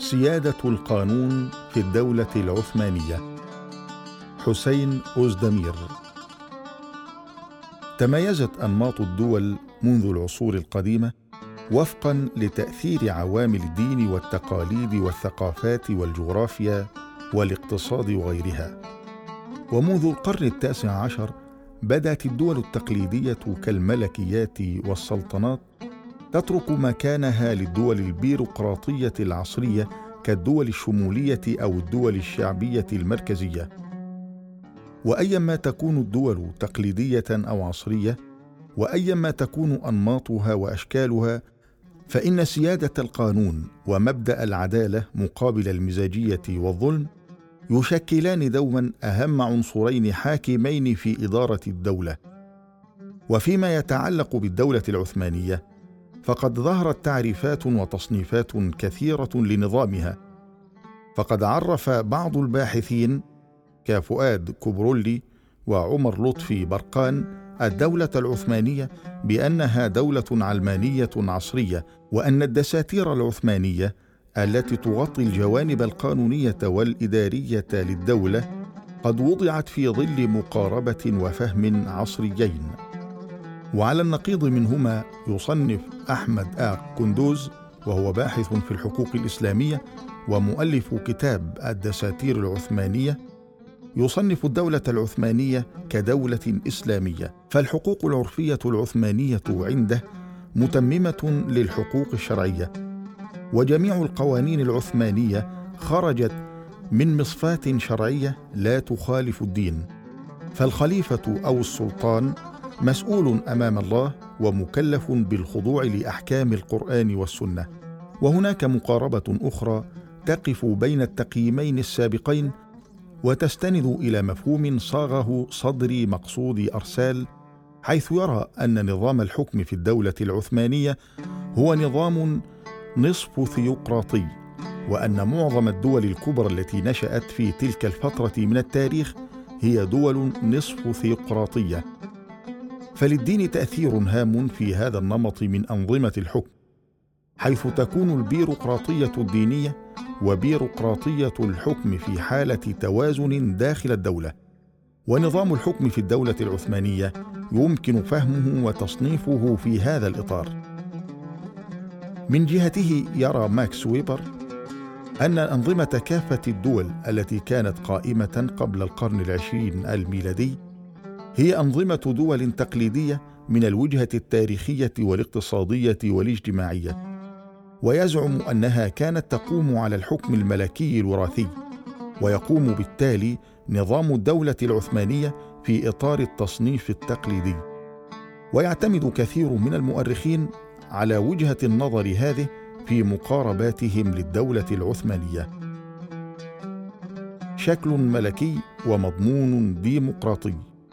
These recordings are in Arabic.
سيادة القانون في الدولة العثمانية. حسين أوزدمير. تميزت أنماط الدول منذ العصور القديمة وفقاً لتأثير عوامل الدين والتقاليد والثقافات والجغرافيا والاقتصاد وغيرها. ومنذ القرن 19 بدأت الدول التقليدية كالملكيات والسلطنات تترك مكانها للدول البيروقراطية العصرية كالدول الشمولية أو الدول الشعبية المركزية. وأيما تكون الدول تقليدية أو عصرية، وأيما تكون أنماطها وأشكالها، فإن سيادة القانون ومبدأ العدالة مقابل المزاجية والظلم يشكلان دوما أهم عنصرين حاكمين في إدارة الدولة. وفيما يتعلق بالدولة العثمانية، فقد ظهرت تعريفات وتصنيفات كثيرة لنظامها. فقد عرف بعض الباحثين كفؤاد كوبرولي وعمر لطفي برقان الدولة العثمانية بأنها دولة علمانية عصرية، وأن الدساتير العثمانية التي تغطي الجوانب القانونية والإدارية للدولة قد وضعت في ظل مقاربة وفهم عصريين. وعلى النقيض منهما يصنف أحمد كندوز، وهو باحث في الحقوق الإسلامية ومؤلف كتاب الدساتير العثمانية، يصنف الدولة العثمانية كدولة إسلامية، فالحقوق العرفية العثمانية عنده متممة للحقوق الشرعية، وجميع القوانين العثمانية خرجت من مصفاة شرعية لا تخالف الدين. فالخليفة أو السلطان مسؤول أمام الله ومكلف بالخضوع لأحكام القرآن والسنة. وهناك مقاربة أخرى تقف بين التقييمين السابقين وتستند إلى مفهوم صاغه صدري مقصود أرسال، حيث يرى أن نظام الحكم في الدولة العثمانية هو نظام نصف ثيوقراطي، وأن معظم الدول الكبرى التي نشأت في تلك الفترة من التاريخ هي دول نصف ثيوقراطية. فللدين تأثير هام في هذا النمط من أنظمة الحكم، حيث تكون البيروقراطية الدينية وبيروقراطية الحكم في حالة توازن داخل الدولة. ونظام الحكم في الدولة العثمانية يمكن فهمه وتصنيفه في هذا الإطار. من جهته يرى ماكس ويبر أن أنظمة كافة الدول التي كانت قائمة قبل القرن العشرين الميلادي هي أنظمة دول تقليدية من الوجهة التاريخية والاقتصادية والاجتماعية، ويزعم أنها كانت تقوم على الحكم الملكي الوراثي، ويقوم بالتالي نظام الدولة العثمانية في إطار التصنيف التقليدي. ويعتمد كثير من المؤرخين على وجهة النظر هذه في مقارباتهم للدولة العثمانية. شكل ملكي ومضمون ديمقراطي.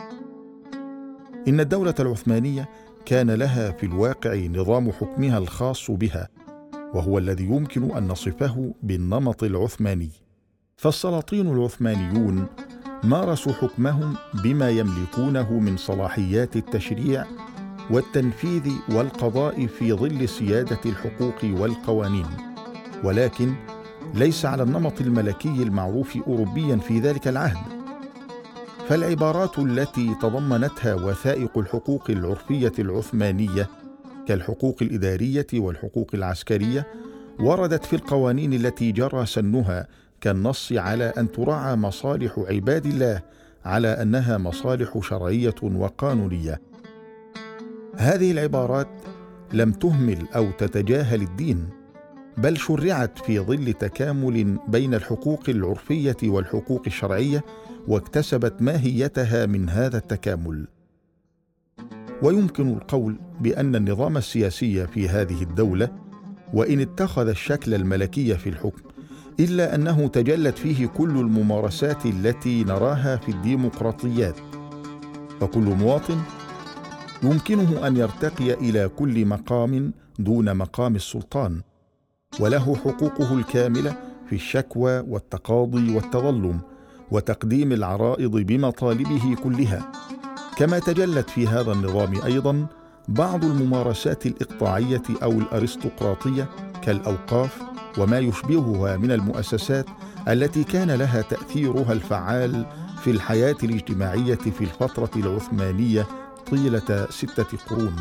إن الدولة العثمانية كان لها في الواقع نظام حكمها الخاص بها، وهو الذي يمكن أن نصفه بالنمط العثماني. فالسلاطين العثمانيون مارسوا حكمهم بما يملكونه من صلاحيات التشريع والتنفيذ والقضاء في ظل سيادة الحقوق والقوانين، ولكن ليس على النمط الملكي المعروف أوروبيا في ذلك العهد. فالعبارات التي تضمنتها وثائق الحقوق العرفية العثمانية كالحقوق الإدارية والحقوق العسكرية وردت في القوانين التي جرى سنها كالنص على أن تراعى مصالح عباد الله على أنها مصالح شرعية وقانونية. هذه العبارات لم تهمل أو تتجاهل الدين، بل شرعت في ظل تكامل بين الحقوق العرفية والحقوق الشرعية، واكتسبت ماهيتها من هذا التكامل. ويمكن القول بأن النظام السياسي في هذه الدولة، وإن اتخذ الشكل الملكي في الحكم، إلا أنه تجلت فيه كل الممارسات التي نراها في الديمقراطيات. فكل مواطن يمكنه أن يرتقي إلى كل مقام دون مقام السلطان، وله حقوقه الكاملة في الشكوى والتقاضي والتظلم وتقديم العرائض بمطالبه كلها. كما تجلت في هذا النظام أيضا بعض الممارسات الإقطاعية أو الأرستقراطية كالأوقاف وما يشبهها من المؤسسات التي كان لها تأثيرها الفعال في الحياة الاجتماعية في الفترة العثمانية طيلة 6 قرون.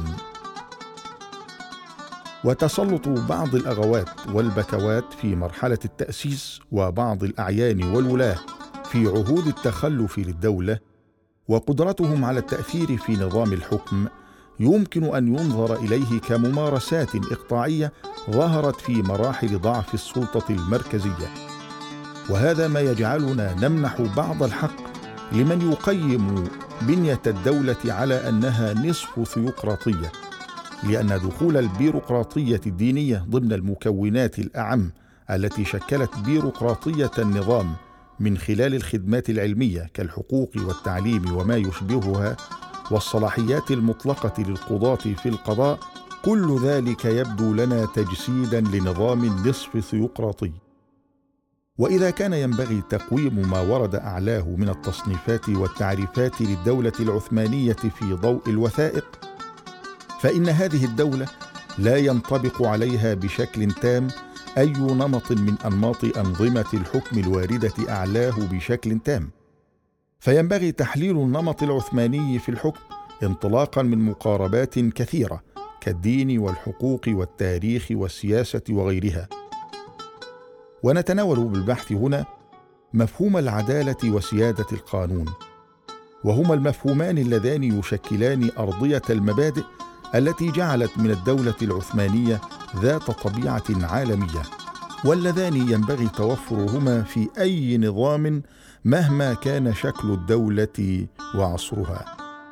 وتسلط بعض الأغوات والبكوات في مرحلة التأسيس وبعض الأعيان والولاة في عهود التخلف للدولة وقدرتهم على التأثير في نظام الحكم يمكن أن ينظر إليه كممارسات إقطاعية ظهرت في مراحل ضعف السلطة المركزية، وهذا ما يجعلنا نمنح بعض الحق لمن يقيم بنية الدولة على أنها نصف ثيوقراطية، لأن دخول البيروقراطية الدينية ضمن المكونات الأعم التي شكلت بيروقراطية النظام من خلال الخدمات العلمية كالحقوق والتعليم وما يشبهها والصلاحيات المطلقة للقضاة في القضاء، كل ذلك يبدو لنا تجسيدا لنظام النصف ثيوقراطي. وإذا كان ينبغي تقويم ما ورد أعلاه من التصنيفات والتعريفات للدولة العثمانية في ضوء الوثائق، فإن هذه الدولة لا ينطبق عليها بشكل تام أي نمط من أنماط أنظمة الحكم الواردة أعلاه بشكل تام، فينبغي تحليل النمط العثماني في الحكم انطلاقا من مقاربات كثيرة كالدين والحقوق والتاريخ والسياسة وغيرها. ونتناول بالبحث هنا مفهوم العدالة وسيادة القانون، وهما المفهومان اللذان يشكلان أرضية المبادئ التي جعلت من الدولة العثمانية ذات طبيعة عالمية، واللذان ينبغي توفرهما في أي نظام مهما كان شكل الدولة وعصرها.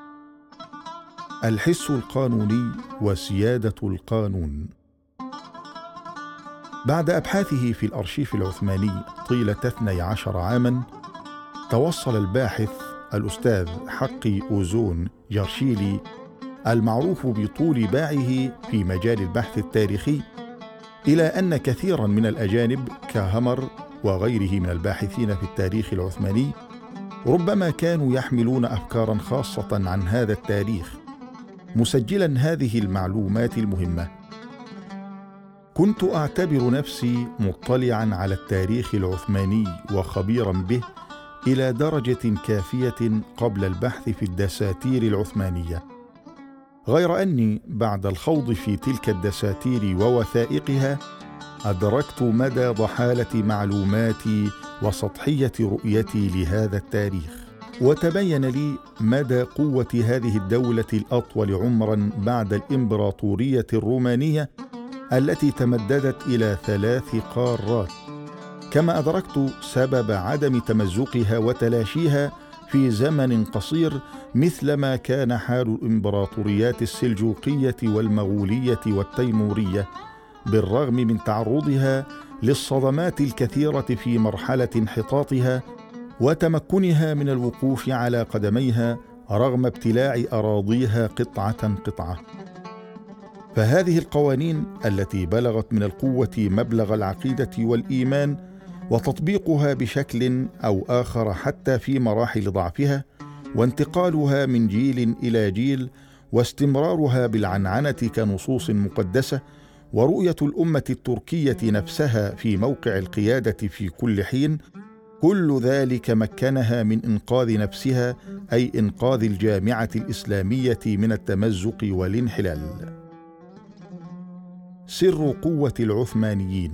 الحس القانوني وسيادة القانون. بعد أبحاثه في الأرشيف العثماني طيلة 12 عاما، توصل الباحث الأستاذ حقي أوزون جرشيلي المعروف بطول باعه في مجال البحث التاريخي إلى أن كثيرا من الأجانب كهمر وغيره من الباحثين في التاريخ العثماني ربما كانوا يحملون أفكارا خاصة عن هذا التاريخ، مسجلا هذه المعلومات المهمة: كنت أعتبر نفسي مطلعا على التاريخ العثماني وخبيرا به إلى درجة كافية قبل البحث في الدساتير العثمانية، غير أني بعد الخوض في تلك الدساتير ووثائقها أدركت مدى ضحالة معلوماتي وسطحية رؤيتي لهذا التاريخ، وتبين لي مدى قوة هذه الدولة الأطول عمرا بعد الإمبراطورية الرومانية التي تمددت إلى 3 قارات، كما أدركت سبب عدم تمزقها وتلاشيها في زمن قصير مثلما كان حال الإمبراطوريات السلجوقية والمغولية والتيمورية، بالرغم من تعرضها للصدمات الكثيرة في مرحلة انحطاطها وتمكنها من الوقوف على قدميها رغم ابتلاع أراضيها قطعة قطعة. فهذه القوانين التي بلغت من القوة مبلغ العقيدة والإيمان وتطبيقها بشكل أو آخر حتى في مراحل ضعفها وانتقالها من جيل إلى جيل واستمرارها بالعنعنة كنصوص مقدسة ورؤية الأمة التركية نفسها في موقع القيادة في كل حين، كل ذلك مكنها من إنقاذ نفسها، أي إنقاذ الجامعة الإسلامية من التمزق والانحلال. سر قوة العثمانيين.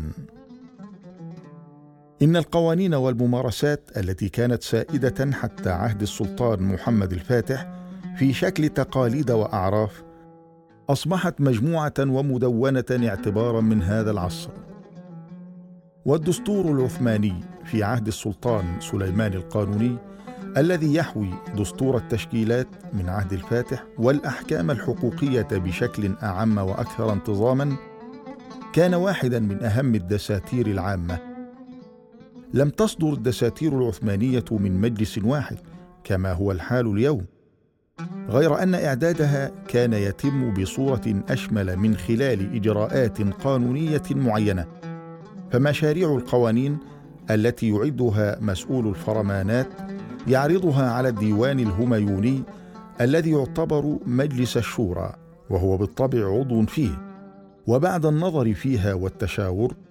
إن القوانين والممارسات التي كانت سائدة حتى عهد السلطان محمد الفاتح في شكل تقاليد وأعراف أصبحت مجموعة ومدونة اعتبارا من هذا العصر. والدستور العثماني في عهد السلطان سليمان القانوني الذي يحوي دستور التشكيلات من عهد الفاتح والأحكام الحقوقية بشكل أعم وأكثر انتظاما كان واحدا من أهم الدساتير العامة. لم تصدر الدساتير العثمانية من مجلس واحد كما هو الحال اليوم، غير أن إعدادها كان يتم بصورة أشمل من خلال إجراءات قانونية معينة، فمشاريع القوانين التي يعدها مسؤول الفرمانات يعرضها على الديوان الهميوني الذي يعتبر مجلس الشورى وهو بالطبع عضو فيه، وبعد النظر فيها والتشاور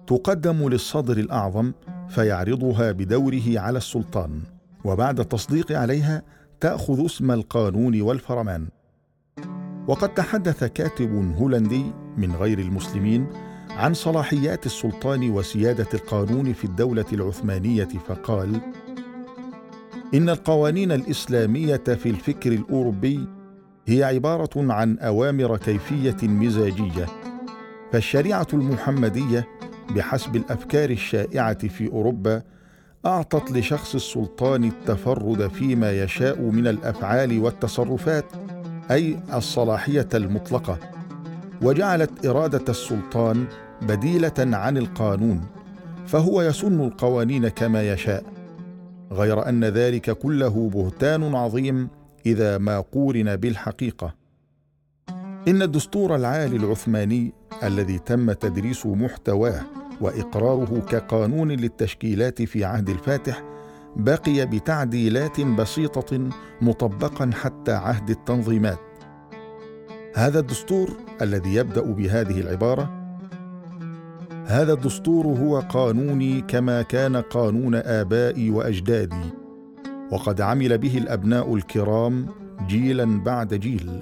تقدم للصدر الأعظم فيعرضها بدوره على السلطان، وبعد التصديق عليها تأخذ اسم القانون والفرمان. وقد تحدث كاتب هولندي من غير المسلمين عن صلاحيات السلطان وسيادة القانون في الدولة العثمانية فقال: إن القوانين الإسلامية في الفكر الأوروبي هي عبارة عن أوامر كيفية مزاجية، فالشريعة المحمدية بحسب الأفكار الشائعة في أوروبا أعطت لشخص السلطان التفرد فيما يشاء من الأفعال والتصرفات، أي الصلاحية المطلقة، وجعلت إرادة السلطان بديلة عن القانون، فهو يسن القوانين كما يشاء، غير أن ذلك كله بهتان عظيم إذا ما قورن بالحقيقة. إن الدستور العالي العثماني الذي تم تدريس محتواه وإقراره كقانون للتشكيلات في عهد الفاتح بقي بتعديلات بسيطة مطبقا حتى عهد التنظيمات. هذا الدستور الذي يبدأ بهذه العبارة: هذا الدستور هو قانوني كما كان قانون آبائي وأجدادي، وقد عمل به الأبناء الكرام جيلا بعد جيل.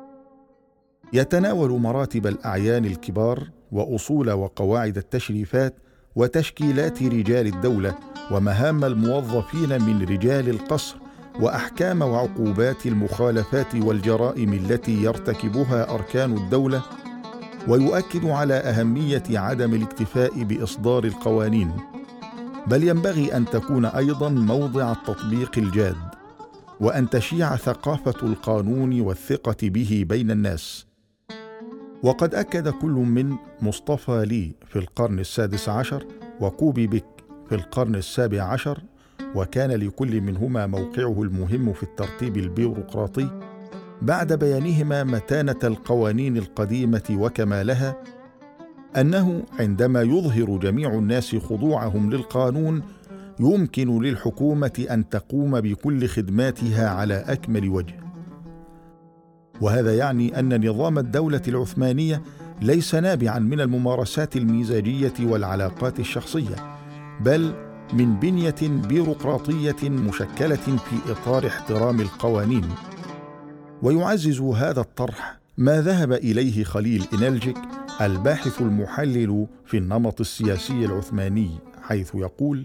يتناول مراتب الأعيان الكبار وأصول وقواعد التشريفات وتشكيلات رجال الدولة ومهام الموظفين من رجال القصر وأحكام وعقوبات المخالفات والجرائم التي يرتكبها أركان الدولة، ويؤكد على أهمية عدم الاكتفاء بإصدار القوانين، بل ينبغي أن تكون أيضا موضع التطبيق الجاد، وأن تشيع ثقافة القانون والثقة به بين الناس. وقد أكد كل من مصطفى لي في القرن السادس عشر وكوبي بيك في القرن السابع عشر، وكان لكل منهما موقعه المهم في الترتيب البيروقراطي، بعد بيانهما متانة القوانين القديمة وكمالها، أنه عندما يظهر جميع الناس خضوعهم للقانون يمكن للحكومة أن تقوم بكل خدماتها على أكمل وجه. وهذا يعني أن نظام الدولة العثمانية ليس نابعا من الممارسات المزاجية والعلاقات الشخصية، بل من بنية بيروقراطية مشكلة في إطار احترام القوانين. ويعزز هذا الطرح ما ذهب إليه خليل إنلجيك الباحث المحلل في النمط السياسي العثماني، حيث يقول: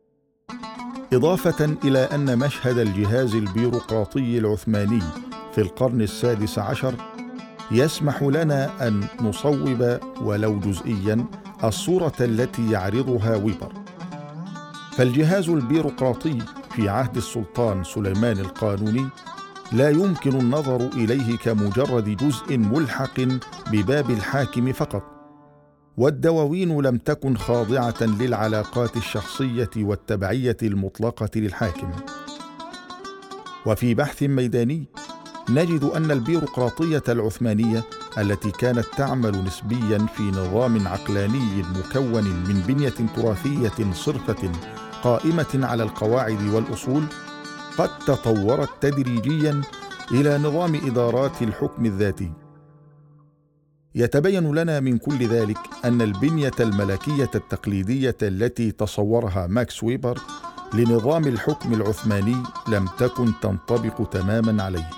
إضافة إلى أن مشهد الجهاز البيروقراطي العثماني في القرن السادس عشر يسمح لنا أن نصوب ولو جزئيا الصورة التي يعرضها ويبر. فالجهاز البيروقراطي في عهد السلطان سليمان القانوني لا يمكن النظر إليه كمجرد جزء ملحق بباب الحاكم فقط، والدواوين لم تكن خاضعة للعلاقات الشخصية والتبعية المطلقة للحاكم. وفي بحث ميداني نجد أن البيروقراطية العثمانية التي كانت تعمل نسبيا في نظام عقلاني مكون من بنية تراثية صرفة قائمة على القواعد والأصول قد تطورت تدريجيا إلى نظام إدارات الحكم الذاتي. يتبين لنا من كل ذلك أن البنية الملكية التقليدية التي تصورها ماكس ويبر لنظام الحكم العثماني لم تكن تنطبق تماما عليه.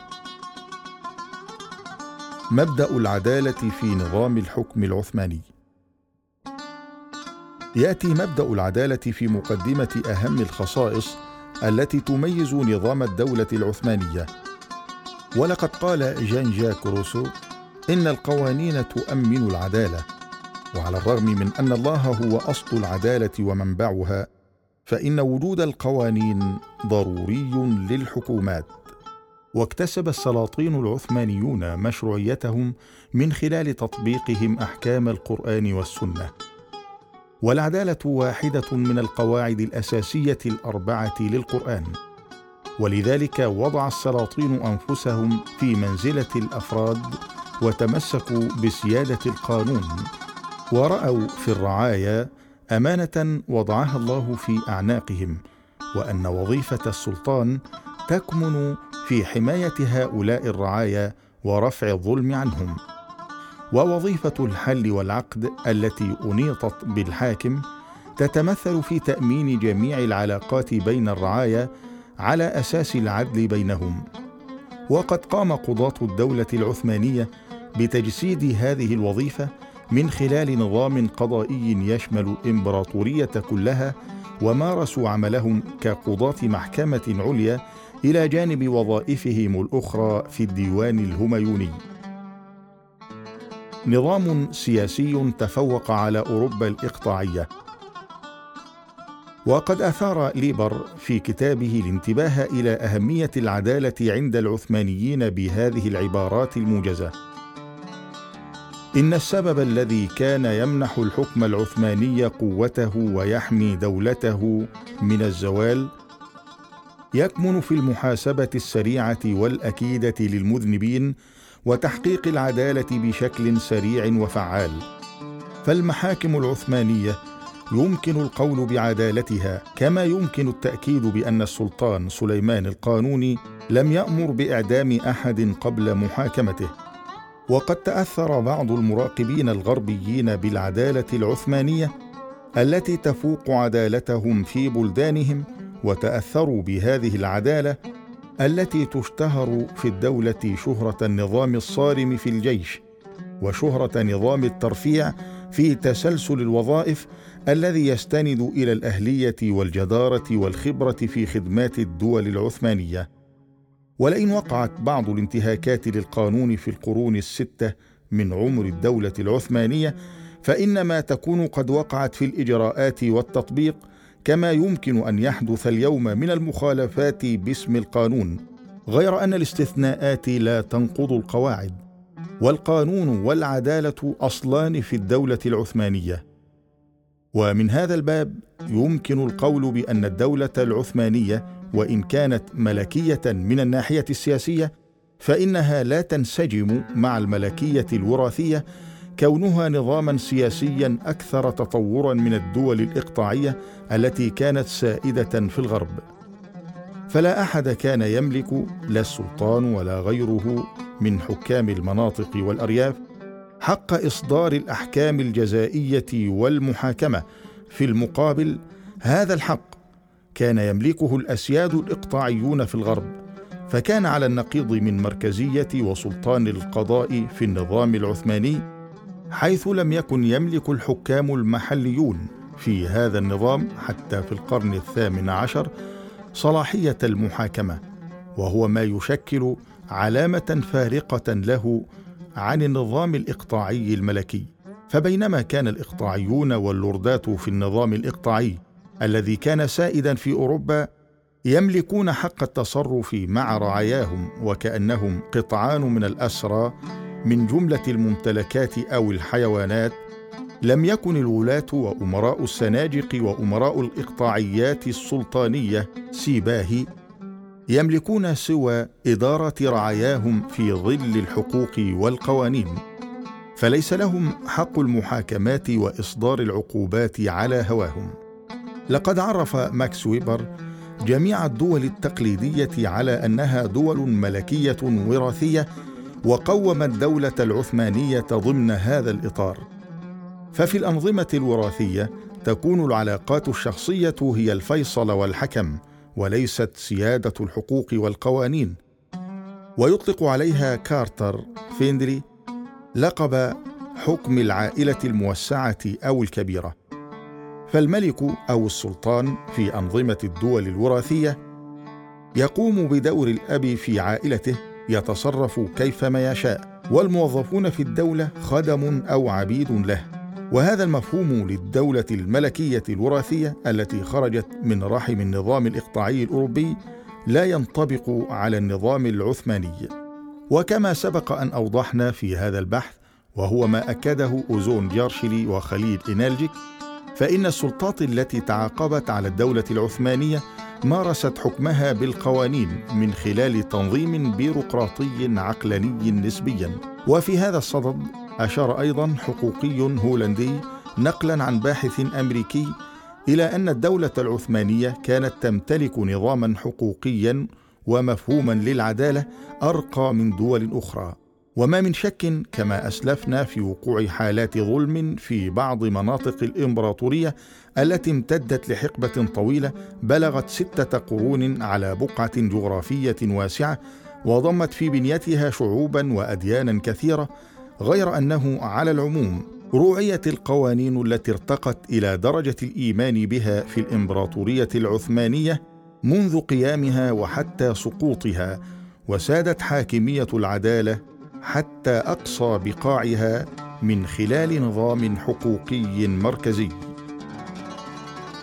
مبدأ العدالة في نظام الحكم العثماني. يأتي مبدأ العدالة في مقدمة أهم الخصائص التي تميز نظام الدولة العثمانية. ولقد قال جان جاك روسو: إن القوانين تؤمن العدالة. وعلى الرغم من أن الله هو أصل العدالة ومنبعها، فإن وجود القوانين ضروري للحكومات. واكتسب السلاطين العثمانيون مشروعيتهم من خلال تطبيقهم أحكام القرآن والسنة. والعدالة واحدة من القواعد الأساسية الأربعة للقرآن، ولذلك وضع السلاطين أنفسهم في منزلة الأفراد وتمسكوا بسيادة القانون، ورأوا في الرعايا أمانة وضعها الله في أعناقهم، وأن وظيفة السلطان تكمن في حماية هؤلاء الرعايا ورفع الظلم عنهم. ووظيفة الحل والعقد التي أنيطت بالحاكم تتمثل في تأمين جميع العلاقات بين الرعايا على أساس العدل بينهم. وقد قام قضاة الدولة العثمانية بتجسيد هذه الوظيفة من خلال نظام قضائي يشمل الإمبراطورية كلها، ومارسوا عملهم كقضاة محكمة عليا إلى جانب وظائفهم الأخرى في الديوان الهميوني. نظام سياسي تفوق على أوروبا الإقطاعية. وقد أثار ليبر في كتابه الانتباه إلى أهمية العدالة عند العثمانيين بهذه العبارات الموجزة: إن السبب الذي كان يمنح الحكم العثماني قوته ويحمي دولته من الزوال يكمن في المحاسبة السريعة والأكيدة للمذنبين وتحقيق العدالة بشكل سريع وفعال. فالمحاكم العثمانية يمكن القول بعدالتها، كما يمكن التأكيد بأن السلطان سليمان القانوني لم يأمر بإعدام أحد قبل محاكمته. وقد تأثر بعض المراقبين الغربيين بالعدالة العثمانية التي تفوق عدالتهم في بلدانهم، وتأثروا بهذه العدالة التي تشتهر في الدولة شهرة النظام الصارم في الجيش، وشهرة نظام الترفيع في تسلسل الوظائف الذي يستند إلى الأهلية والجدارة والخبرة في خدمات الدول العثمانية. ولئن وقعت بعض الانتهاكات للقانون في القرون الستة من عمر الدولة العثمانية، فإنما تكون قد وقعت في الإجراءات والتطبيق، كما يمكن أن يحدث اليوم من المخالفات باسم القانون، غير أن الاستثناءات لا تنقض القواعد. والقانون والعدالة أصلان في الدولة العثمانية. ومن هذا الباب يمكن القول بأن الدولة العثمانية وإن كانت ملكية من الناحية السياسية، فإنها لا تنسجم مع الملكية الوراثية، كونها نظاما سياسيا أكثر تطورا من الدول الإقطاعية التي كانت سائدة في الغرب. فلا أحد كان يملك، لا السلطان ولا غيره من حكام المناطق والأرياف، حق إصدار الأحكام الجزائية والمحاكمة. في المقابل، هذا الحق كان يملكه الأسياد الإقطاعيون في الغرب، فكان على النقيض من مركزية وسلطان القضاء في النظام العثماني، حيث لم يكن يملك الحكام المحليون في هذا النظام حتى في القرن 18 صلاحية المحاكمة، وهو ما يشكل علامة فارقة له عن النظام الإقطاعي الملكي. فبينما كان الإقطاعيون واللوردات في النظام الإقطاعي الذي كان سائدا في أوروبا يملكون حق التصرف مع رعاياهم وكأنهم قطعان من الأسرى من جملة الممتلكات أو الحيوانات، لم يكن الولاة وأمراء السناجق وأمراء الإقطاعيات السلطانية سيباهي يملكون سوى إدارة رعاياهم في ظل الحقوق والقوانين، فليس لهم حق المحاكمات وإصدار العقوبات على هواهم. لقد عرف ماكس ويبر جميع الدول التقليدية على أنها دول ملكية وراثية، وقوم الدولة العثمانية ضمن هذا الإطار. ففي الأنظمة الوراثية تكون العلاقات الشخصية هي الفيصل والحكم، وليست سيادة الحقوق والقوانين. ويطلق عليها كارتر فيندري لقب حكم العائلة الموسعة أو الكبيرة. فالملك أو السلطان في أنظمة الدول الوراثية يقوم بدور الأب في عائلته، يتصرف كيفما يشاء، والموظفون في الدولة خدم أو عبيد له. وهذا المفهوم للدولة الملكية الوراثية التي خرجت من رحم النظام الإقطاعي الأوروبي لا ينطبق على النظام العثماني. وكما سبق أن أوضحنا في هذا البحث، وهو ما أكده أوزون جارشلي وخليل إنالجيك، فإن السلطات التي تعاقبت على الدولة العثمانية مارست حكمها بالقوانين من خلال تنظيم بيروقراطي عقلاني نسبيا. وفي هذا الصدد أشار أيضا حقوقي هولندي نقلا عن باحث أمريكي إلى أن الدولة العثمانية كانت تمتلك نظاما حقوقيا ومفهوما للعدالة أرقى من دول أخرى، وما من شك كما أسلفنا في وقوع حالات ظلم في بعض مناطق الإمبراطورية التي امتدت لحقبة طويلة بلغت 6 قرون على بقعة جغرافية واسعة وضمت في بنيتها شعوبا وأديانا كثيرة، غير أنه على العموم روعيت القوانين التي ارتقت إلى درجة الإيمان بها في الإمبراطورية العثمانية منذ قيامها وحتى سقوطها، وسادت حاكمية العدالة حتى أقصى بقاعها من خلال نظام حقوقي مركزي.